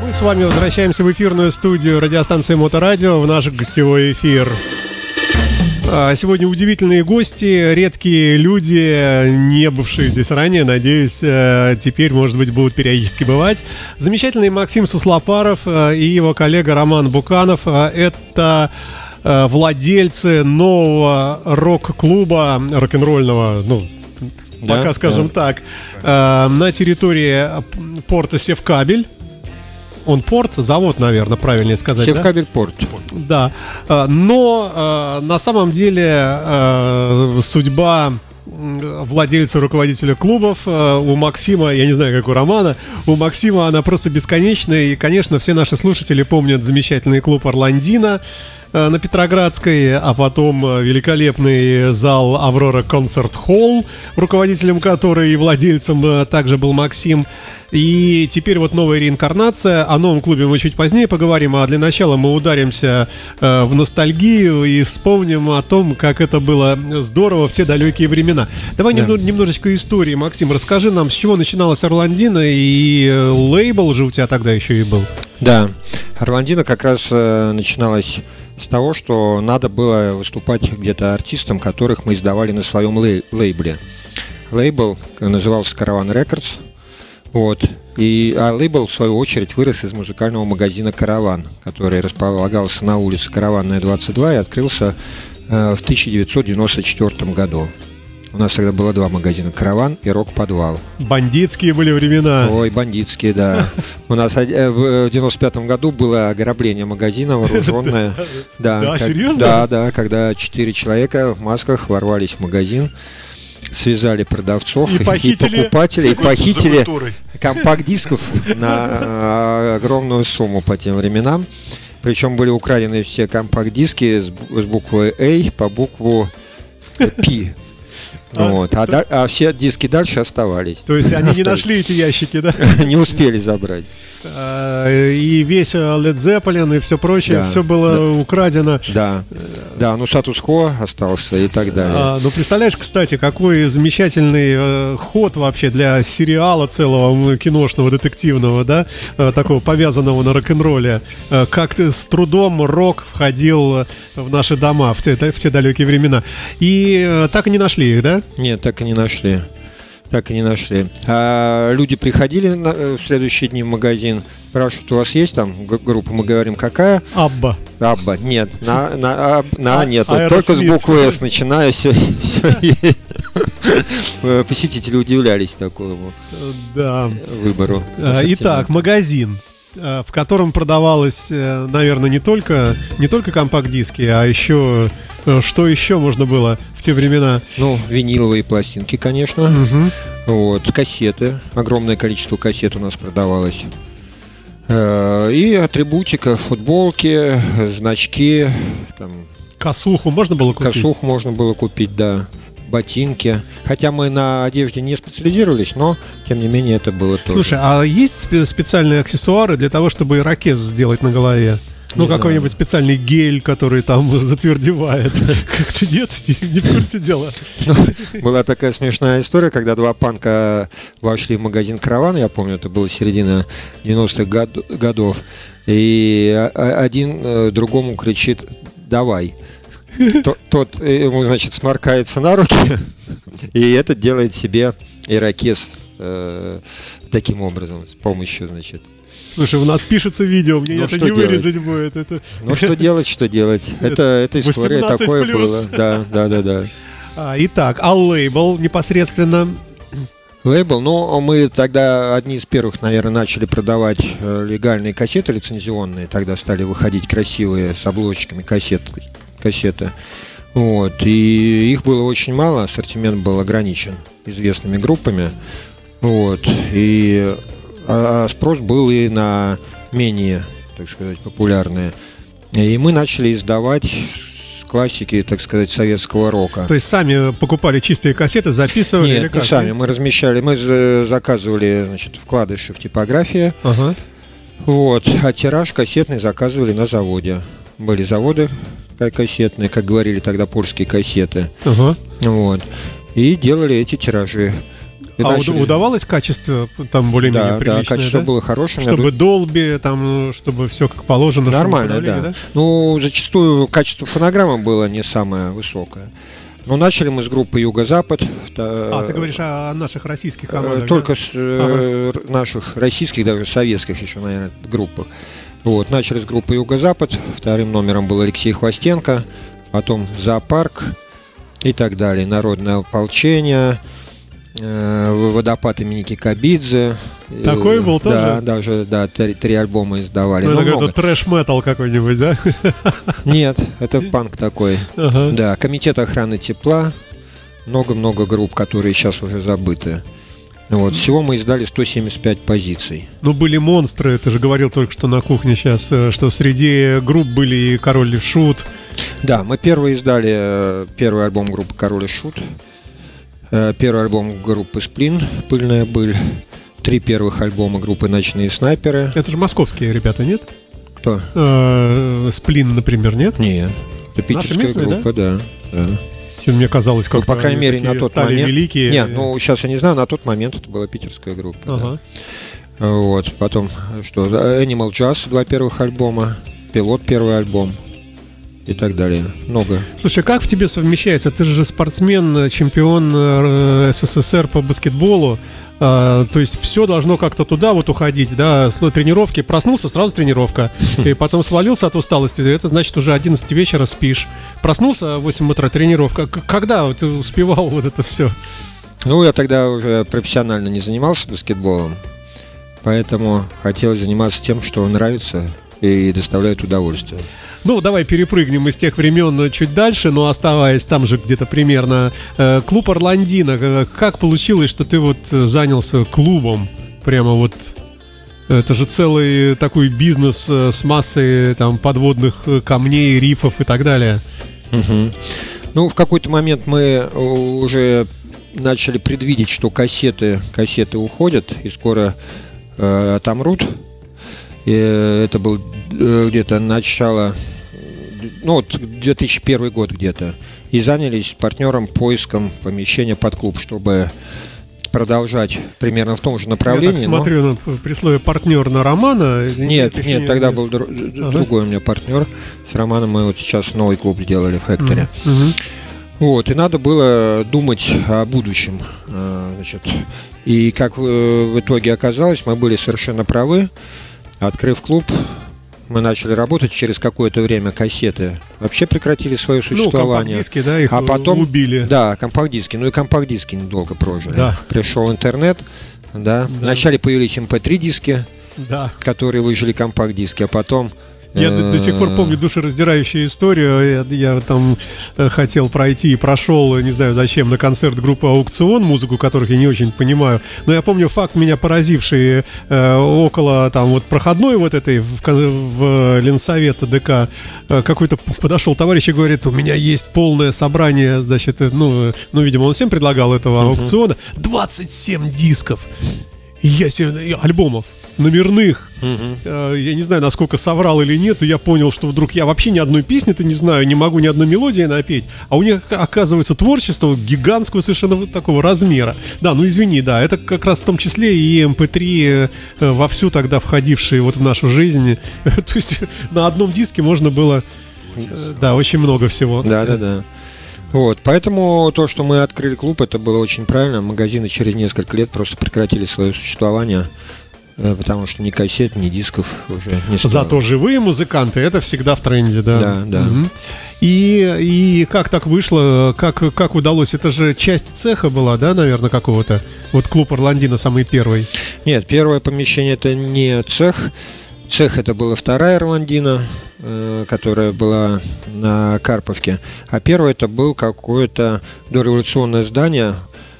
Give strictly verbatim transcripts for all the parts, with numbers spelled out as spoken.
Мы с вами возвращаемся в эфирную студию радиостанции Моторадио в наш гостевой эфир. Сегодня удивительные гости, редкие люди, не бывшие здесь ранее, надеюсь, теперь, может быть, будут периодически бывать. Замечательный Максим Суслопаров и его коллега Роман Буканов. Это владельцы нового рок-клуба, рок-н-ролльного, ну, да, пока скажем да. так, на территории порта Севкабель. Он порт, завод, наверное, правильнее сказать. Севкабель да? порт. Да. Но на самом деле судьба владельца, руководителя клубов у Максима, я не знаю, как у Романа, у Максима она просто бесконечная. И, конечно, все наши слушатели помнят замечательный клуб «Орландина» на Петроградской, а потом великолепный зал «Аврора Концерт Холл», руководителем которой и владельцем также был Максим. И теперь вот новая реинкарнация. О новом клубе мы чуть позднее поговорим, а для начала мы ударимся э, в ностальгию и вспомним о том, как это было здорово в те далекие времена. Давай да. немного, немножечко истории, Максим. Расскажи нам, с чего начиналась «Орландина», и э, лейбл же у тебя тогда еще и был. Да, «Орландина» как раз э, начиналась с того, что надо было выступать где-то артистам, которых мы издавали на своем лей- лейбле. Лейбл назывался «Караван Рекордс». Вот. И, а лейбл, в свою очередь, вырос из музыкального магазина «Караван», который располагался на улице Караванная, двадцать два, и открылся э, в тысяча девятьсот девяносто четвёртом году. У нас тогда было два магазина: «Караван» и «Рок-подвал». Бандитские были времена. Ой, бандитские, да. У нас в девяносто пятом году было ограбление магазина вооруженное. Да, серьезно? Да, да, когда четыре человека в масках ворвались в магазин, связали продавцов и, и покупателей, и похитили компакт-дисков на огромную сумму по тем временам. Причем были украдены все компакт-диски с буквой A по букву P. А, вот. а, то... а все диски дальше оставались. То есть они не нашли эти ящики, да? Не успели забрать. И весь Led Zeppelin и все прочее, да, все было да. украдено. Да, да, ну статус-кво остался и так далее. А, ну представляешь, кстати, какой замечательный э, ход вообще для сериала целого киношного, детективного, да, э, такого повязанного на рок-н-ролле. Э, как с трудом рок входил в наши дома в те, в те далекие времена. И э, так и не нашли их, да? Нет, так и не нашли. Так и не нашли. А люди приходили на, в следующие дни в магазин, спрашивают: у вас есть там группа? Мы говорим: какая? Абба. Абба. Нет, на, на, на а, нет. А только с буквы «С» начиная, все, все. Посетители удивлялись такому да. выбору. Итак, магазин, в котором продавалось, наверное, не только, не только компакт-диски, а еще... Что еще можно было в те времена? Ну, виниловые пластинки, конечно. Угу. Вот, кассеты. Огромное количество кассет у нас продавалось. И атрибутика: футболки, значки. Там, косуху можно было купить? Косуху можно было купить, да. Ботинки. Хотя мы на одежде не специализировались, но, тем не менее, это было тоже. Слушай, а есть специальные аксессуары для того, чтобы ирокез сделать на голове? Ну, не какой-нибудь знаю. Специальный гель, который там затвердевает. Как-то нет, не в курсе дела. Была такая смешная история, когда два панка вошли в магазин «Караван», я помню, это было середина девяностых годов, и один другому кричит: давай. Тот ему, значит, сморкается на руки, и этот делает себе ирокез таким образом, с помощью, значит... Слушай, у нас пишется видео, мне ну, это не делать? Вырезать будет. Это... Ну что делать, что делать? Это, это история, такое было. Да, да, да, да. А, итак, а лейбл непосредственно? Лейбл, ну, мы тогда одни из первых, наверное, начали продавать легальные кассеты лицензионные. Тогда стали выходить красивые с обложечками кассет, кассеты. Вот, и их было очень мало, ассортимент был ограничен известными группами. Вот, и... А спрос был и на менее, так сказать, популярные. И мы начали издавать классики, так сказать, советского рока. То есть сами покупали чистые кассеты, записывали? Нет, не сами. Мы размещали, мы заказывали, значит, вкладыши в типографии. Ага. Вот. А тираж кассетный заказывали на заводе. Были заводы кассетные, как говорили тогда, польские кассеты. Ага. Вот. И делали эти тиражи. И а начали... удавалось качество там более-менее да, приличное, да, качество да? было хорошее. Чтобы Dolby, там, чтобы все как положено. Нормально, да. да. Ну, зачастую качество фонограммы было не самое высокое. Но начали мы с группы «Юго-Запад». А, ты говоришь о наших российских командах, Только да? с э, ага. наших российских, даже советских еще, наверное, группах. Вот, начали с группы «Юго-Запад». Вторым номером был Алексей Хвостенко. Потом «Зоопарк» и так далее. «Народное ополчение», э, «Водопад» имени Кикабидзе. Такой был тоже? Да, даже да, три, три альбома издавали. Ну, ну, это трэш-метал какой-нибудь, да? Нет, это панк такой. Ага. Да, Комитет охраны тепла. Много-много групп, которые сейчас уже забыты. Вот. Всего мы издали сто семьдесят пять позиций. Ну, были монстры, ты же говорил только что на кухне сейчас, что среди групп были и Король и Шут. Да, мы первые издали первый альбом группы Король и Шут. Первый альбом группы Сплин, Пыльная быль. Три первых альбома группы «Ночные снайперы». Это же московские ребята, нет? Кто? Сплин, например, нет? Нет. Это питерская группа, да. да. да. Мне казалось, как ну, по крайней мере, на тот стали момент. великие. Нет, ну сейчас я не знаю, на тот момент это была питерская группа. Ага. Да. Вот, потом что? Animal Jazz, два первых альбома, Пилот первый альбом. И так далее. Много. Слушай, как в тебе совмещается? Ты же спортсмен, чемпион СССР по баскетболу. А, то есть все должно как-то туда вот уходить, да, с тренировки. Проснулся, сразу тренировка. И потом свалился от усталости. Это значит, уже одиннадцать вечера спишь. Проснулся в восемь утра, тренировка. Когда ты успевал вот это все? Ну, я тогда уже профессионально не занимался баскетболом. Поэтому хотел заниматься тем, что нравится и доставляет удовольствие. Ну, давай перепрыгнем из тех времен чуть дальше, но оставаясь там же где-то примерно. Э, клуб «Орландина». Как получилось, что ты вот занялся клубом? Прямо вот... Это же целый такой бизнес с массой там подводных камней, рифов и так далее. Угу. Ну, в какой-то момент мы уже начали предвидеть, что кассеты, кассеты уходят и скоро э, отомрут. И это был э, где-то начало, ну вот две тысячи первый год где-то. И занялись партнером поиском помещения под клуб, чтобы продолжать примерно в том же направлении. Я так смотрю, но... ну, при слове партнер на Романа. Нет, нет, нет, тогда был дру... ага. другой у меня партнер. С Романом мы вот сейчас новый клуб сделали, Factory. Uh-huh. Вот, и надо было думать о будущем. Значит, и как в итоге оказалось, мы были совершенно правы. Открыв клуб, мы начали работать. Через какое-то время кассеты вообще прекратили свое существование. Ну, компакт-диски, да, их а потом, убили. Да, компакт-диски. Ну и компакт-диски недолго прожили. Да. Пришел интернет, да. Да. Вначале появились эм пэ три диски, да. которые выжили компакт-диски, а потом... Я до, до сих пор помню душераздирающую историю. Я, я там хотел пройти и прошел, не знаю зачем, на концерт группы «Аукцион», музыку которых я не очень понимаю. Но я помню факт, меня поразивший э, около там вот проходной вот этой в, в Ленсовета ДК. Э, какой-то подошел товарищ и говорит: у меня есть полное собрание, значит, ну, ну видимо, он всем предлагал этого аукциона. двадцать семь дисков. И я себе, альбомов номерных. Uh-huh. Я не знаю, насколько соврал или нет, но я понял, что вдруг я вообще ни одной песни-то не знаю, не могу ни одной мелодии напеть, а у них, оказывается, творчество гигантского совершенно такого размера. Да, ну извини, да, это как раз в том числе и эм пэ три вовсю тогда входившие вот в нашу жизнь. То есть на одном диске можно было, да, очень много всего. Да-да-да. Вот, поэтому то, что мы открыли клуб, это было очень правильно. Магазины через несколько лет просто прекратили свое существование. Потому что ни кассет, ни дисков уже не стало. Зато живые музыканты, это всегда в тренде, да. Да, да. Угу. И, и как так вышло, как, как удалось? Это же часть цеха была, да, наверное, какого-то? Вот клуб «Орландина» самый первый. Нет, первое помещение это не цех. Цех это была вторая «Орландина», э, которая была на Карповке. А первое это был какое-то дореволюционное здание,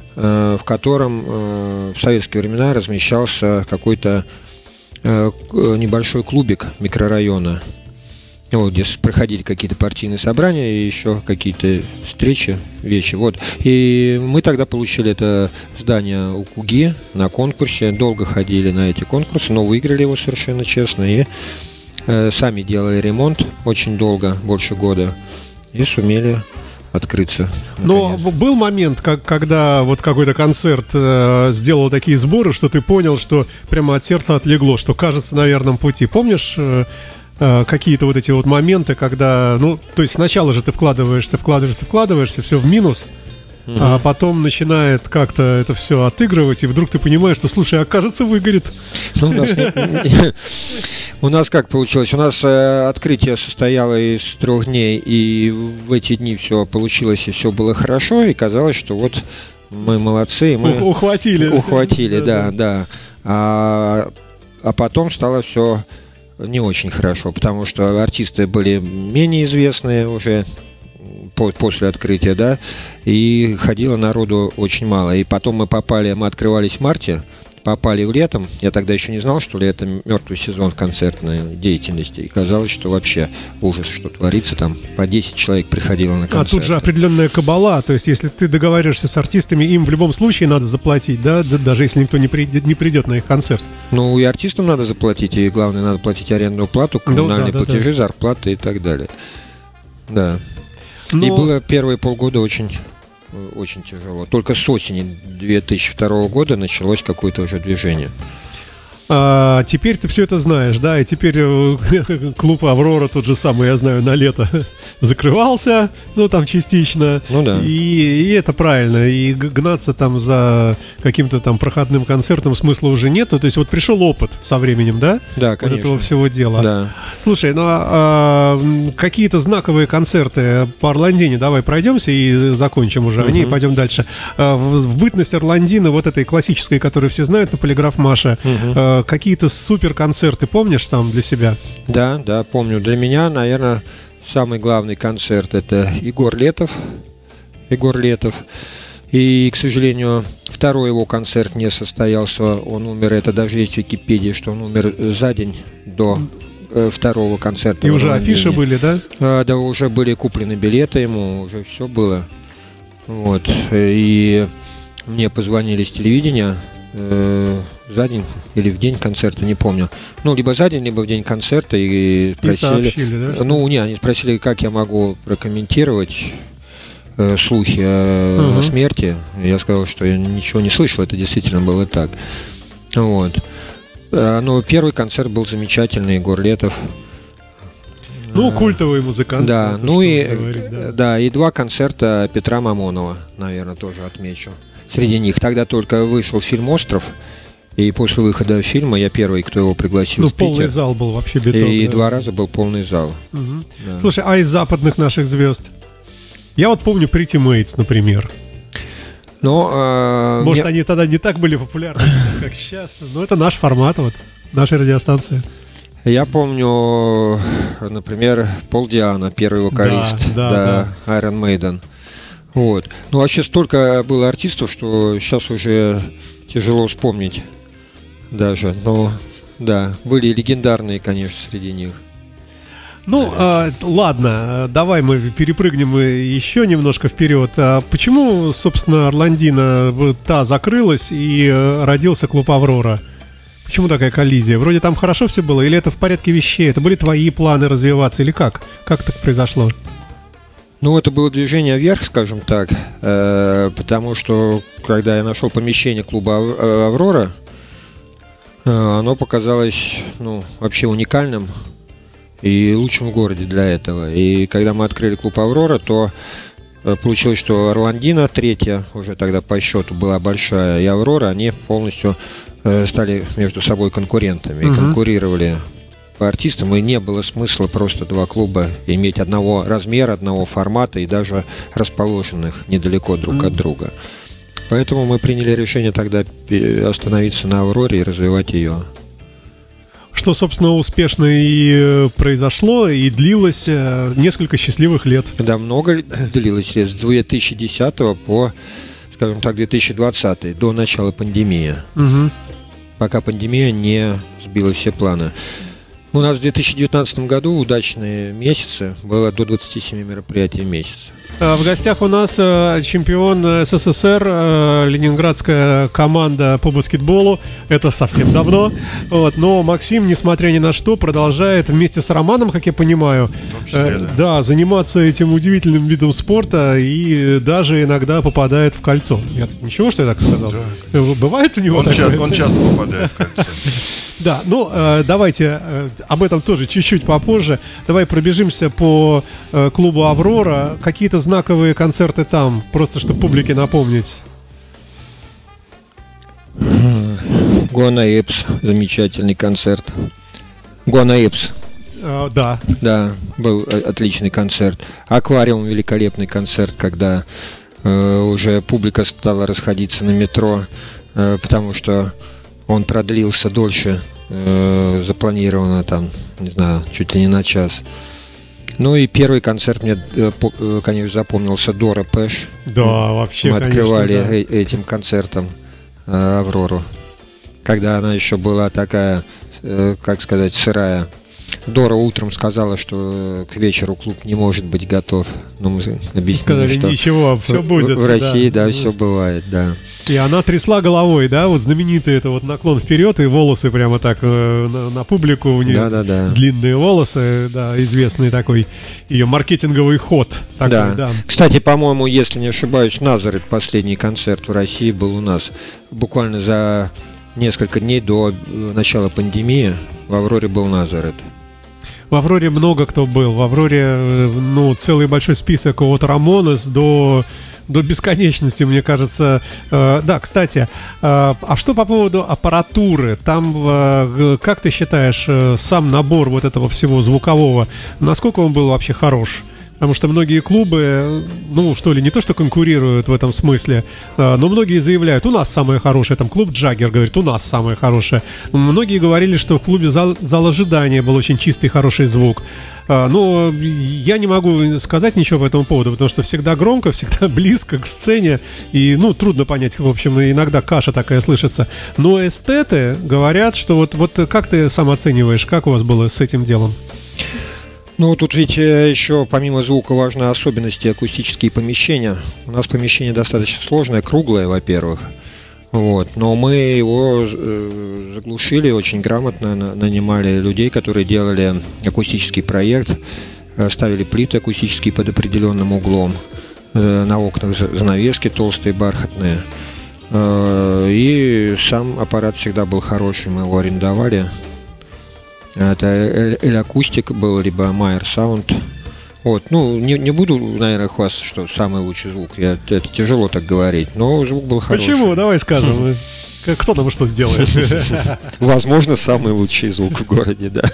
в котором в советские времена размещался какой-то небольшой клубик микрорайона, вот, где проходили какие-то партийные собрания и еще какие-то встречи, вещи. Вот. И мы тогда получили это здание у КУГИ на конкурсе, долго ходили на эти конкурсы, но выиграли его совершенно честно и сами делали ремонт очень долго, больше года, и сумели открыться. Но наконец. был момент, как, когда вот какой-то концерт э, сделал такие сборы, что ты понял, что прямо от сердца отлегло, что кажется на верном пути. Помнишь э, э, какие-то вот эти вот моменты, когда, ну, то есть сначала же ты вкладываешься, вкладываешься, вкладываешься, все в минус, угу. а потом начинает как-то это все отыгрывать, и вдруг ты понимаешь, что, слушай, а кажется, выгорит. Ну, у нас не... У нас как получилось? У нас э, открытие состояло из трех дней, и в эти дни все получилось, и все было хорошо, и казалось, что вот мы молодцы, мы ухватили. Ухватили, да, да. А, а потом стало все не очень хорошо, потому что артисты были менее известные уже по, после открытия, да, и ходило народу очень мало. И потом мы попали, мы открывались в марте, попали в летом. Я тогда еще не знал, что ли это мертвый сезон концертной деятельности. И казалось, что вообще ужас, что творится. Там по десять человек приходило на концерт. А тут же определенная кабала. То есть, если ты договариваешься с артистами, им в любом случае надо заплатить, да? Даже если никто не придет, не придет на их концерт. Ну, и артистам надо заплатить, и главное, надо платить арендную плату, коммунальные да, да, платежи, да, да. зарплаты и так далее. Да. Но... И было первые полгода очень... очень тяжело. Только с осени две тысячи второго года началось какое-то уже движение. А, теперь ты все это знаешь, да, и теперь клуб «Аврора», тот же самый, я знаю, на лето закрывался, ну, там частично. Ну, да. И, и это правильно, и гнаться там за каким-то там проходным концертом смысла уже нету. То есть вот пришел опыт со временем, да? Да, конечно. Вот этого всего дела. Да. Слушай, ну, а, а, какие-то знаковые концерты по Орландине, давай пройдемся и закончим уже, uh-huh. они, и пойдем дальше. А, в, в бытность Орландины, вот этой классической, которую все знают, на Полиграф Маша, uh-huh. а, какие-то супер концерты помнишь сам для себя? Да, да, помню. Для меня, наверное, самый главный концерт — это Егор Летов. Егор Летов. И, к сожалению, второй его концерт не состоялся. Он умер, это даже есть в Википедии, что он умер за день до э, второго концерта. И уже афиши были, да? А, да, уже были куплены билеты ему, уже все было. Вот. И мне позвонили с телевидения э, за день или в день концерта, не помню. Ну, либо за день, либо в день концерта, и спросили. И сообщили, да? Ну, не, они спросили, как я могу прокомментировать э, слухи о, uh-huh. о смерти. Я сказал, что я ничего не слышал, это действительно было так. Вот. Но первый концерт был замечательный, Егор Летов. Ну, культовый музыкант. Да, ну и, говорить, да. да, и два концерта Петра Мамонова, наверное, тоже отмечу. Среди них тогда только вышел фильм «Остров», и после выхода фильма я первый, кто его пригласил ну, в Питер. Ну, полный зал был вообще биток. И да. два раза был полный зал. Угу. Да. Слушай, а из западных наших звезд? Я вот помню Pretty Mates, например. Но, э, Может, мне... они тогда не так были популярны, как сейчас. Но это наш формат, вот, нашей радиостанции. Я помню, например, Пол Диано, первый вокалист, да, да, да. Iron Maiden. Вот. Ну, вообще столько было артистов, что сейчас уже тяжело вспомнить даже. Но, да, были легендарные, конечно, среди них. Ну, э, ладно, давай мы перепрыгнем еще немножко вперед. А почему, собственно, Орландина та закрылась и родился клуб «Аврора»? Почему такая коллизия? Вроде там хорошо все было, или это в порядке вещей? Это были твои планы развиваться, или как? Как так произошло? Ну, это было движение вверх, скажем так, э, потому что, когда я нашел помещение клуба «Аврора», э, оно показалось, ну, вообще уникальным и лучшим в городе для этого. И когда мы открыли клуб «Аврора», то э, получилось, что Орландина, третья уже тогда по счету, была большая, и «Аврора», они полностью э, стали между собой конкурентами и uh-huh. конкурировали по артистам, и не было смысла просто два клуба иметь одного размера, одного формата и даже расположенных недалеко друг mm. от друга. Поэтому мы приняли решение тогда остановиться на «Авроре» и развивать ее. Что, собственно, успешно и произошло, и длилось несколько счастливых лет. Да, много длилось лет, с две тысячи десятого по, скажем так, две тысячи двадцатый, до начала пандемии. Mm-hmm. Пока пандемия не сбила все планы. У нас в две тысячи девятнадцатом году удачные месяцы, было до двадцати семи мероприятий в месяц. В гостях у нас чемпион СССР, ленинградская команда по баскетболу. Это совсем давно. Вот. Но Максим, несмотря ни на что, продолжает вместе с Романом, как я понимаю, числе, да. Да, заниматься этим удивительным видом спорта и даже иногда попадает в кольцо. Нет, ничего, что я так сказал? Да. Бывает у него он, такое? ча- он часто попадает в кольцо. Да, ну э, давайте э, об этом тоже чуть-чуть попозже. Давай пробежимся по э, клубу «Аврора». Какие-то знаковые концерты там, просто чтобы публике напомнить. Гуанаэпс, замечательный концерт. Гуанаэпс. Uh, да. Да, был отличный концерт. Аквариум, великолепный концерт, когда э, уже публика стала расходиться на метро, э, потому что он продлился дольше э, запланировано, там, не знаю, чуть ли не на час. Ну и первый концерт мне, э, по, конечно, запомнился, Дора Пэш. Да, вообще, мы открывали конечно, да. э- этим концертом э, Аврору, когда она еще была такая, э, как сказать, сырая. Дора утром сказала, что к вечеру клуб не может быть готов. Но мы объяснили, сказали, что ничего, все в, будет. В России, да, да, да, все бывает, да. И она трясла головой, да, вот знаменитый это вот наклон вперед, и волосы прямо так э, на, на публику, у нее да, да, да. длинные волосы, да, известный такой ее маркетинговый ход. Такой, да. Да. Кстати, по-моему, если не ошибаюсь, Назарет, последний концерт в России был у нас буквально за несколько дней до начала пандемии. В Авроре был Назарет. В Авроре много кто был. В Авроре, ну, целый большой список от Рамонес до, до бесконечности, мне кажется. Э, да, кстати, э, а что по поводу аппаратуры? Там, э, как ты считаешь, э, сам набор вот этого всего звукового, насколько он был вообще хорош? Потому что многие клубы, ну, что ли, не то что конкурируют в этом смысле, но многие заявляют, у нас самое хорошее, там клуб Джаггер говорит, у нас самое хорошее. Многие говорили, что в клубе зал, зал ожидания был очень чистый, хороший звук. Но я не могу сказать ничего по этому поводу, потому что всегда громко, всегда близко к сцене, и, ну, трудно понять, в общем, иногда каша такая слышится. Но эстеты говорят, что вот, вот как ты сам оцениваешь, как у вас было с этим делом? Ну, тут ведь еще помимо звука важны особенности акустические помещения. У нас помещение достаточно сложное, круглое, во-первых. Вот. Но мы его заглушили очень грамотно, нанимали людей, которые делали акустический проект, ставили плиты акустические под определенным углом, на окнах занавески толстые, бархатные. И сам аппарат всегда был хороший, мы его арендовали. Это Эль Акустик был, либо Майер Саунд. Вот, ну, не, не буду, наверное, хвастаться, что самый лучший звук. Я, это тяжело так говорить, но звук был хороший. Почему? Давай скажем. Кто нам что сделает? Возможно, самый лучший звук в городе, да.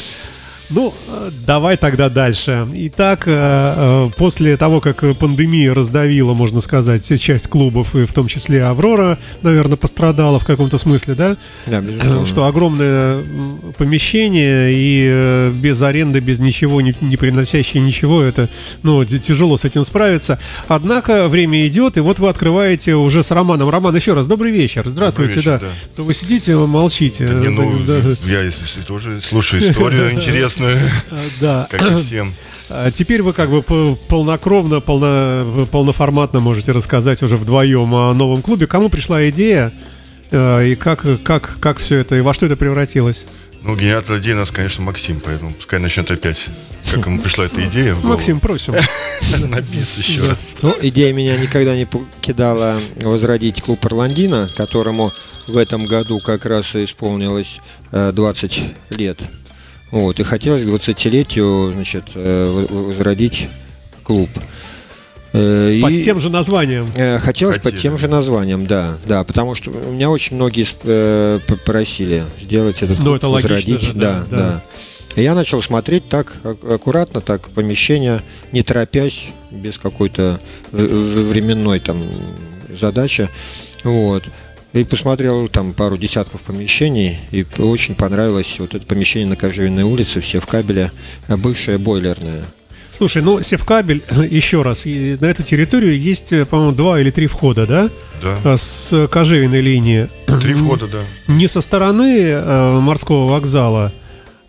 Ну, давай тогда дальше. Итак, после того, как пандемия раздавила, можно сказать, часть клубов, и в том числе Аврора, наверное, пострадала в каком-то смысле, да? Да, безусловно. Что огромное помещение и без аренды, без ничего, не, не приносящее ничего, это, ну, тяжело с этим справиться. Однако время идет, и вот вы открываете уже с Романом. Роман, еще раз, добрый вечер. Здравствуйте, вечер, да. да. То вы сидите, молчите. Да не, ну, да. я тоже слушаю историю интересную. Да. Как и всем. Теперь вы как бы полнокровно, полно, полноформатно можете рассказать уже вдвоем о новом клубе. Кому пришла идея и как, как, как все это, и во что это превратилось? Ну, генератор идеи у нас, конечно, Максим, поэтому пускай начнет опять, как ему пришла эта идея в голову. Максим, просим. На бис еще раз. Ну, идея меня никогда не покидала возродить клуб Орландино, которому в этом году как раз исполнилось двадцать лет. Вот, и хотелось к двадцатилетию, значит, возродить клуб. Под и тем же названием. Хотелось Хотели. под тем же названием, да, да, потому что у меня очень многие попросили сделать этот клуб, ну, это возродить, логично же, да, да, да. да. И я начал смотреть так аккуратно, так помещение, не торопясь, без какой-то временной там задачи, вот. И посмотрел там пару десятков помещений, и очень понравилось вот это помещение на Кожевенной улице, все в кабеле, бывшее бойлерное. Слушай, ну Севкабель, еще раз, на эту территорию есть, по-моему, два или три входа, да? Да. С Кожевенной линии. Три входа, да. Не со стороны э, морского вокзала,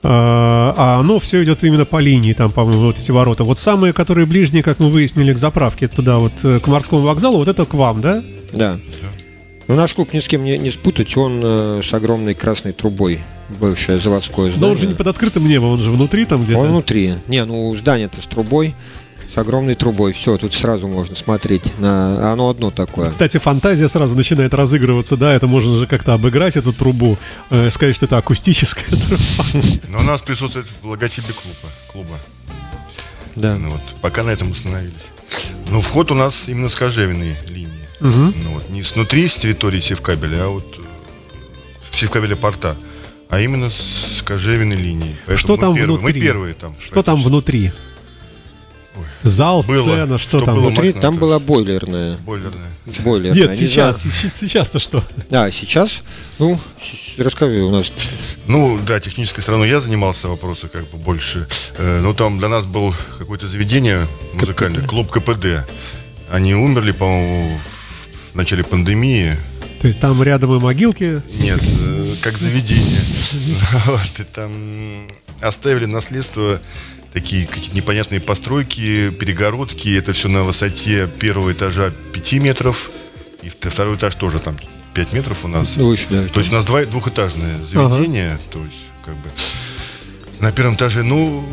А, а оно все идет именно по линии, там, по-моему, вот эти ворота. Вот самые, которые ближние, как мы выяснили, к заправке туда, вот к морскому вокзалу, вот это к вам, да? Да. Ну, наш клуб ни с кем не, не спутать, он э, с огромной красной трубой, бывшее заводское здание. Но он же не под открытым небом, он же внутри там где-то. Он внутри. Не, ну здание-то с трубой, с огромной трубой. Все, тут сразу можно смотреть на оно одно такое. Кстати, фантазия сразу начинает разыгрываться, да, это можно же как-то обыграть эту трубу, э, сказать, что это акустическая труба. Но у нас присутствует в логотипе клуба. клуба. Да. Ну, вот, пока на этом остановились. Ну, вход у нас именно с кожевенной линии. Угу. Ну, вот, не снутри, с территории севкабеля, а вот с севкабеля порта, а именно с кожевенной линии. Поэтому Что мы там первые, внутри? Мы первые там. Что там внутри? Ой. Зал, Было. сцена, что, Что там было, внутри? Внутри там была бойлерная. Бойлерная. бойлерная. Нет, Не сейчас, знаю. сейчас, сейчас-то что? А, сейчас? Ну, с- расскажи, у нас. Ну, да, технической стороной я занимался вопросом как бы больше. Э, ну, там для нас был какое-то заведение музыкальное, клуб КПД. Они умерли, по-моему, в начале пандемии. То есть там рядом и могилки. Нет, э, как заведение. Вот, и там оставили наследство такие какие-то непонятные постройки, перегородки. Это все на высоте первого этажа пяти метров. И вт- второй этаж тоже там пять метров у нас. Выше, да. То есть у нас два, двухэтажное заведение. То есть, как бы на первом этаже, ну,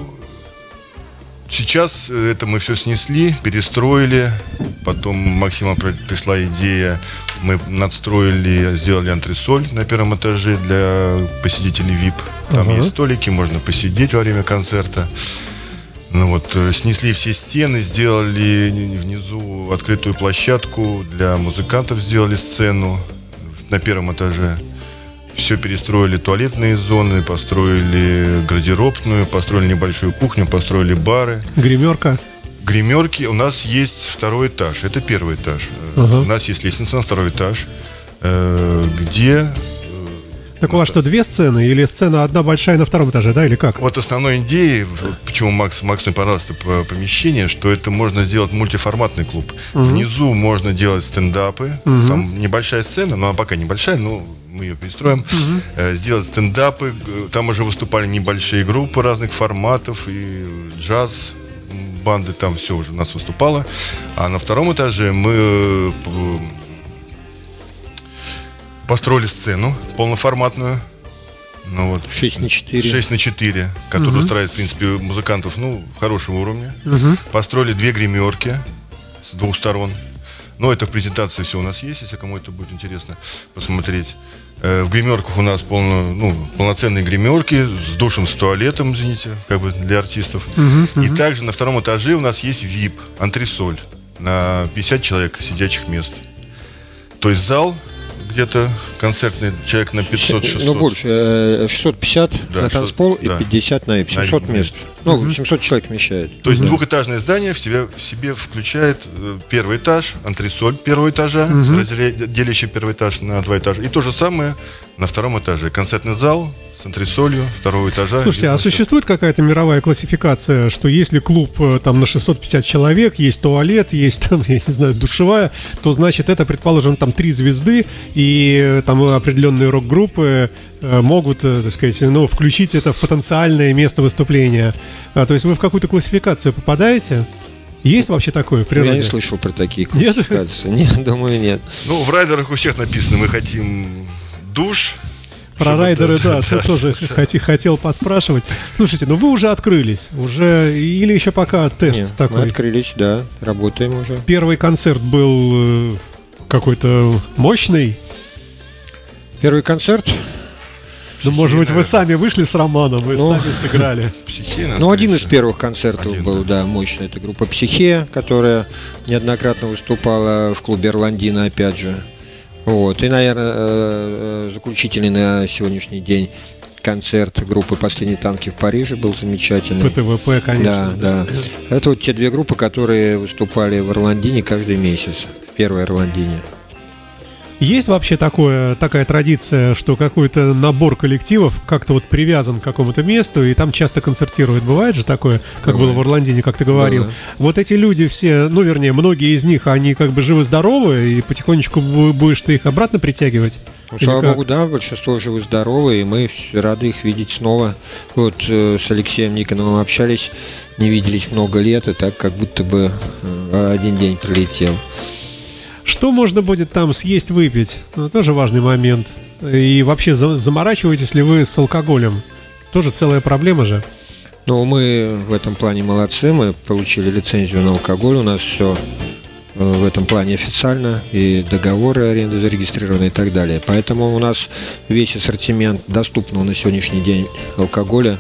сейчас это мы все снесли, перестроили. Потом Максима при- пришла идея. Мы надстроили, сделали антресоль на первом этаже для посетителей ви ай пи. Там Ага. есть столики, можно посидеть во время концерта. Ну вот, э, снесли все стены, сделали внизу открытую площадку для музыкантов, сделали сцену на первом этаже. Все перестроили, туалетные зоны, построили гардеробную, построили небольшую кухню, построили бары. Гримерка. Гримерки. У нас есть второй этаж. Это первый этаж. Ага. У нас есть лестница на второй этаж, э, где Так у вас что, две сцены? Или сцена одна большая на втором этаже, да, или как? вот основной идеей, вот почему Макс, Максу не понравилось это по- помещение, что это можно сделать мультиформатный клуб. Внизу можно делать стендапы. Там небольшая сцена, но она пока небольшая, но мы ее перестроим. Э, сделать стендапы. Г- Там уже выступали небольшие группы разных форматов, и джаз, м, банды, там все уже у нас выступало. А на втором этаже мы э, п- построили сцену полноформатную. Ну вот. шесть на четыре. шесть на четыре, который устраивает, в принципе, музыкантов, ну, хорошего уровня. Мгм. Построили две гримерки с двух сторон. Но это в презентации все у нас есть, если кому это будет интересно посмотреть. Э, В гримерках у нас полно, ну, полноценные гримерки с душем, с туалетом, извините, как бы для артистов. И также на втором этаже у нас есть ви ай пи, антресоль на пятьдесят человек сидячих мест. То есть зал где-то концертный, человек на пятьсот-шестьсот. Ну, больше. э, шестьсот пятьдесят Да, на танцпол шестьсот, да. и пятьдесят на ви ай пи. семьсот На мест. Ну, семьсот человек вмещает. То есть двухэтажное здание в себе, в себе включает э, первый этаж, антресоль первого этажа, разделя- делящий первый этаж на два этажа. И то же самое на втором этаже. Концертный зал с антресолью второго этажа. Слушайте, И а площадка. существует какая-то мировая классификация, что если клуб э, там на шестьсот пятьдесят человек, есть туалет, есть там, я не знаю, душевая, то значит это, предположим, там три звезды, и э, там определенные рок-группы э, могут, э, так сказать, ну, включить это в потенциальное место выступления. А, то есть вы в какую-то классификацию попадаете? Есть вообще такое в Ну, я природе? не слышал про такие Нет? классификации. Нет, думаю, нет. Ну, в райдерах у всех написано, мы хотим душ. Про чтобы- райдеры, да, тут тоже хоти- хотел поспрашивать. Слушайте, ну вы уже открылись, уже или еще пока тест Нет, мы такой? открылись, да, работаем уже. Первый концерт был э, какой-то мощный. Первый концерт, Ну, может быть, вы наверное. сами вышли с Романом, вы Ну. сами сыграли. Психея, ну, скорее один из всего. первых концертов Один, был, да, мощный. Это группа «Психея», которая неоднократно выступала в клубе «Орландина», опять же. Вот. И, наверное, э, э, заключительный на сегодняшний день концерт группы «Последние танки» в Париже был замечательный. ПТВП, конечно. Да, да. Это вот те две группы, которые выступали в Орландине каждый месяц. В первой Орландине. Есть вообще такое, такая традиция, что какой-то набор коллективов как-то вот привязан к какому-то месту, и там часто концертируют? Бывает же такое, как Бывает. было в Орландине, как ты говорил? Да, да. Вот эти люди все, ну, вернее, многие из них, они как бы живы-здоровы, и потихонечку бу- будешь ты их обратно притягивать? Ну, Или слава как? богу, да, большинство живы-здоровы, и мы все рады их видеть снова. Вот э, с Алексеем Никоновым общались, не виделись много лет, и так как будто бы э, один день пролетел. Что можно будет там съесть, выпить? Ну, тоже важный момент. И вообще, за- заморачиваетесь ли вы с алкоголем? Тоже целая проблема же. Ну, мы в этом плане молодцы, мы получили лицензию на алкоголь, у нас все в этом плане официально, и договоры аренды зарегистрированы и так далее. Поэтому у нас весь ассортимент доступного на сегодняшний день алкоголя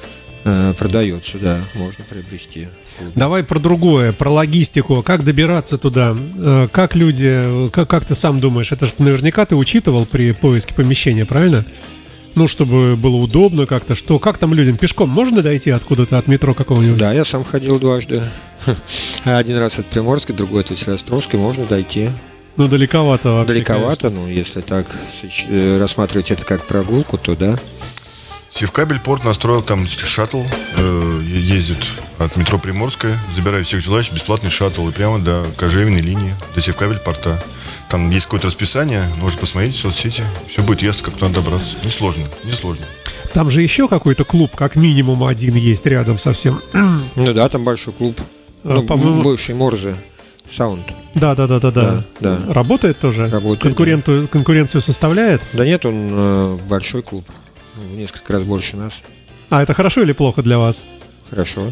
э, продается, да, можно приобрести. Давай про другое, про логистику. Как добираться туда? Э, Как люди, как, как ты сам думаешь? Это же наверняка ты учитывал при поиске помещения, правильно? Ну, чтобы было удобно как-то. Что, как там людям? Пешком можно дойти откуда-то от метро какого-нибудь? Да, я сам ходил дважды. Один раз от Приморской, другой от Василиостровской, можно дойти. Ну, далековато вообще. Далековато, ну, если так соч- э, рассматривать это как прогулку, то да. Севкабель порт настроил там шаттл, э, ездит от метро Приморская, забирает всех желающих, бесплатный шаттл, и прямо до Кожевенной линии, до Севкабель порта. Там есть какое-то расписание, можно посмотреть в соцсети, все будет ясно, как туда добраться. Несложно, несложно. конечно. Там же еще какой-то клуб, как минимум один есть рядом совсем. Ну да, там большой клуб. А, Ну, по-моему- бывший Морзе. Саунд. Да, да, да, да, да. Да, да. Работает тоже? Работает, Конкуренту, конкуренцию составляет? Да нет, он э, большой клуб. Ну, в несколько раз больше нас. А это хорошо или плохо для вас? Хорошо.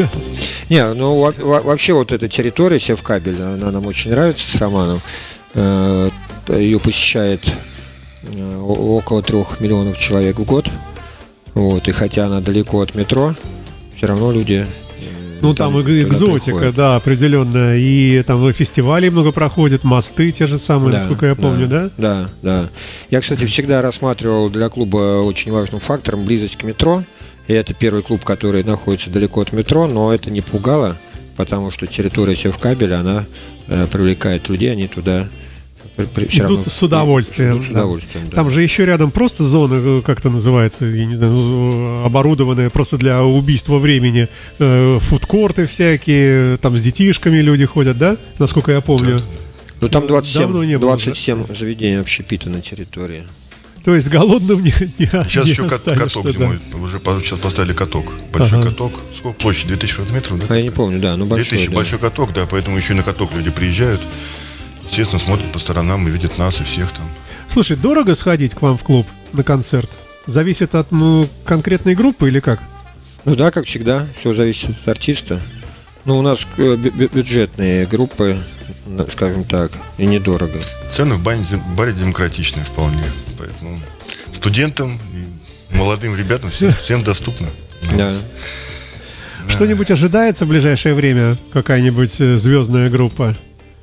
Не, ну во- во- вообще вот эта территория Севкабель, она нам очень нравится с Романом. Э, Ее посещает э, о- около трех миллионов человек в год. Вот, и хотя она далеко от метро, все равно люди. э, Ну, там, туда и экзотика, приходят. да, определенная. И там и фестивалей много проходит, мосты те же самые, насколько я помню, да? Да, да. Я, кстати, всегда рассматривал для клуба очень важным фактором близость к метро. И это первый клуб, который находится далеко от метро, но это не пугало, потому что территория Севкабеля, она э, привлекает людей, они туда при- при- всё Идут равно с удовольствием. идут с да. удовольствием, да. Там же еще рядом просто зона, э, как это называется, я не знаю, ну, оборудованная просто для убийства времени. Э, фудкорты всякие, там с детишками люди ходят, да? Насколько я помню. Ну там двадцать Давно не семь, было, двадцать семь заведений общепита на территории. То есть голодным не, не Сейчас не еще кат- останешься, каток да. зимой, уже по- сейчас поставили каток, большой Ага. каток. Сколько площадь? две тысячи метров, да? А я не помню, да, ну две большой. тысячи, да. большой каток, да, поэтому еще и на каток люди приезжают. Естественно, смотрят по сторонам и видят нас и всех там. Слушай, дорого сходить к вам в клуб на концерт? Зависит от ну, конкретной группы или как? Ну да, как всегда, все зависит от артиста. Ну, у нас э, бю- бю- бюджетные группы, на- скажем так, и недорого. Цены в бане, в баре демократичные вполне, поэтому студентам и молодым ребятам всем, всем доступно. Да. Что-нибудь ожидается в ближайшее время? Какая-нибудь э, звездная группа?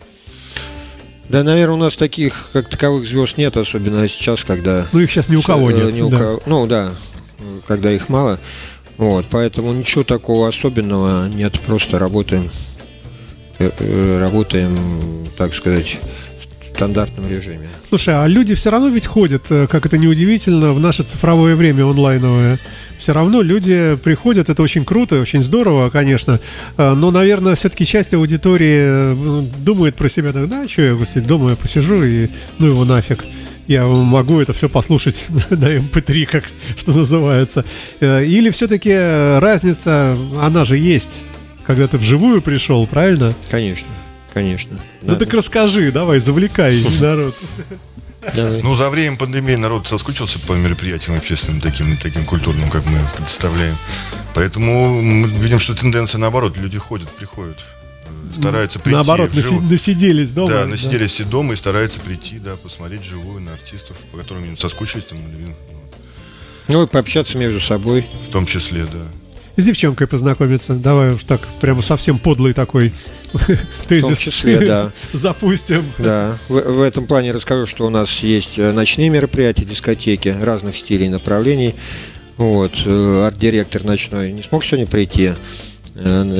Да, наверное, у нас таких, как таковых звезд нет, особенно сейчас, когда... Ну, их сейчас ни у кого э, нет. ни у да. кого- ну, да, когда их мало. Вот, поэтому ничего такого особенного нет, просто работаем, э, э, работаем, так сказать, в стандартном режиме. Слушай, а люди все равно ведь ходят, э, как это неудивительно, в наше цифровое время онлайновое. Все равно люди приходят, это очень круто, очень здорово, конечно. Э, Но, наверное, все-таки часть аудитории э, думает про себя, так, да, что я, господи, дома я посижу и ну его нафиг. Я могу это все послушать на эм пэ три, как что называется. Э, Или все-таки разница, она же есть, когда ты вживую пришел, правильно? Конечно, конечно. Ну Да. так расскажи, давай, завлекай народ. Давай. Ну, за время пандемии народ соскучился по мероприятиям общественным, таким, таким культурным, как мы представляем. Поэтому мы видим, что тенденция наоборот. Люди ходят, приходят, э, стараются прийти. Наоборот, вживую. наси- насиделись дома. Да, насиделись все дома и стараются прийти, да, посмотреть вживую на артистов, по которым они соскучились, там, ну, Ну и пообщаться между собой. в том числе, да. С девчонкой познакомиться. Давай уж так, прямо совсем подлый такой тезис числе, да. запустим. Да, в, в этом плане расскажу, что у нас есть э, ночные мероприятия, дискотеки разных стилей и направлений. Вот, э, арт-директор ночной не смог сегодня прийти. Э, э,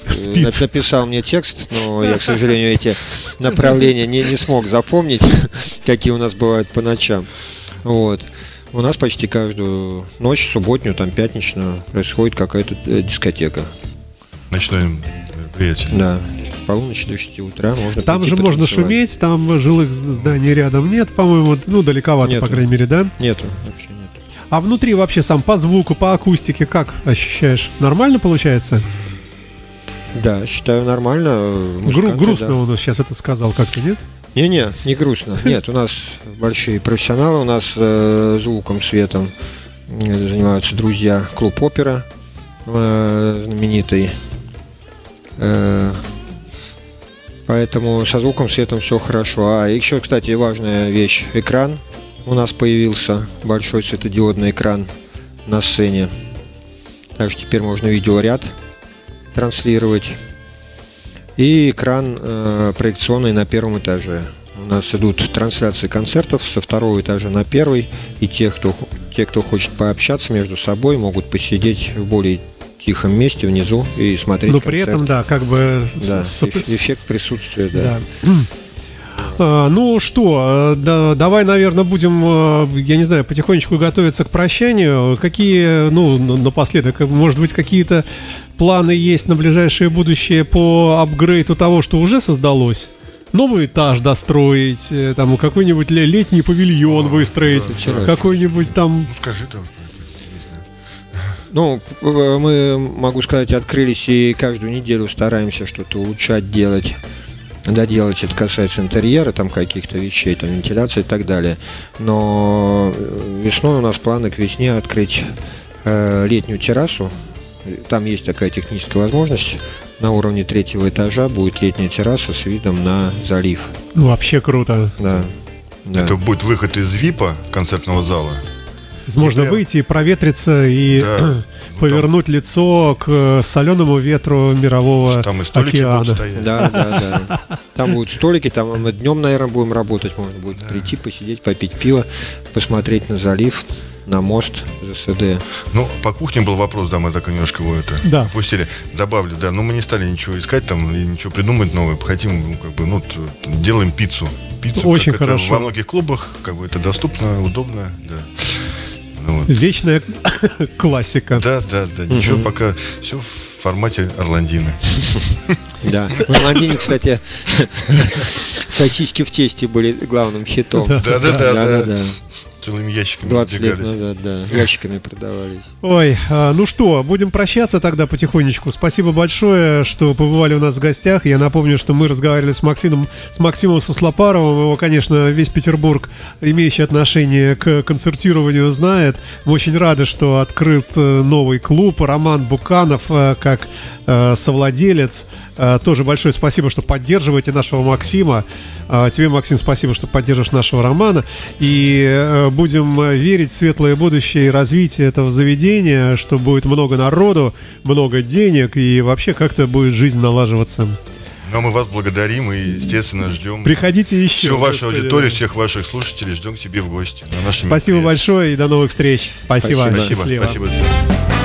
Спит. написал мне текст, но я, к сожалению, эти направления не, не смог запомнить, какие у нас бывают по ночам. Вот. У нас почти каждую ночь, субботнюю, там, пятничную, происходит какая-то дискотека. Ночное мероприятие. Да. С полуночи до шести утра можно Там прийти же можно потанцевать. шуметь, там жилых зданий рядом нет, по-моему, ну, далековато, Нету. по крайней мере, да? Нету, вообще нет. А внутри вообще сам по звуку, по акустике как ощущаешь? Нормально получается? Да, считаю нормально. Гру- Музыканты, грустно да. он сейчас это сказал как-то, нет? Не-не, не грустно. Нет, у нас большие профессионалы, у нас э, звуком, светом э, занимаются друзья. Клуб опера э, знаменитый. Э, поэтому со звуком, светом все хорошо. А еще, кстати, важная вещь. Экран у нас появился. Большой светодиодный экран на сцене. Так что теперь можно видеоряд транслировать. И экран э, проекционный на первом этаже. У нас идут трансляции концертов со второго этажа на первый. И те, кто, те, кто хочет пообщаться между собой, могут посидеть в более тихом месте внизу и смотреть Но концерт. при этом, да, как бы... Да, с- эф- с- эффект присутствия, да. Да. А, Ну что, э, да, давай, наверное, будем, э, я не знаю, потихонечку готовиться к прощанию. Какие, ну, н- напоследок, может быть, какие-то планы есть на ближайшее будущее по апгрейду того, что уже создалось? Новый этаж достроить, э, там какой-нибудь ле- летний павильон выстроить, да. какой-нибудь там... Ну, скажи там. Ну, э, мы, могу сказать, открылись и каждую неделю стараемся что-то улучшать, делать, доделать. Это касается интерьера, там каких-то вещей, там вентиляции и так далее. Но э, весной у нас планы к весне открыть э, летнюю террасу. Там есть такая техническая возможность. На уровне третьего этажа будет летняя терраса с видом на залив. Ну, вообще круто. Да. Да. Это будет выход из ВИПа концертного зала. Можно прям- выйти и проветриться, и Да. Ну, повернуть лицо к соленому ветру мирового Там и столики океана. будут стоять. Да, да, да. Там будут столики, там мы днем, наверное, будем работать. Можно будет прийти, посидеть, попить пиво, посмотреть на залив, на мост ЗСД. Ну, по кухне был вопрос, да, мы так немножко его это Да. опустили. Добавлю, да, но мы не стали ничего искать там и ничего придумать новое. Хотим, ну, как бы, ну, т- делаем пиццу. Пиццу, Очень как это хорошо. во многих клубах, как бы это доступно, удобно, да. Ну, вот. Вечная классика. Да, да, да, ничего, пока все в формате Орландины. Да. В Лондоне, кстати, сосиски в тесте были главным хитом. Да, да, да, да. да. Целыми ящиками двадцать лет разбегались. назад, да. Ящиками продавались. Ой, а, ну что, будем прощаться тогда потихонечку. Спасибо большое, что побывали у нас в гостях. Я напомню, что мы разговаривали с Максимом, с Максимом Суслопаровым. Его, конечно, весь Петербург, имеющий отношение к концертированию, знает. Мы очень рады, что открыт э, новый клуб. Роман Буканов, э, как э, совладелец. Э, Тоже большое спасибо, что поддерживаете нашего Максима. Э, Тебе, Максим, спасибо, что поддерживаешь нашего Романа. И э, будем э, верить в светлое будущее и развитие этого заведения, что будет много народу, много денег и вообще как-то будет жизнь налаживаться. Но мы вас благодарим и, естественно, ждем Приходите еще. всю вашу Господи. аудиторию, всех ваших слушателей ждем к себе в гости. На наши Спасибо мероприятия. большое и до новых встреч. Спасибо. Спасибо. Спасибо, Счастливо. спасибо.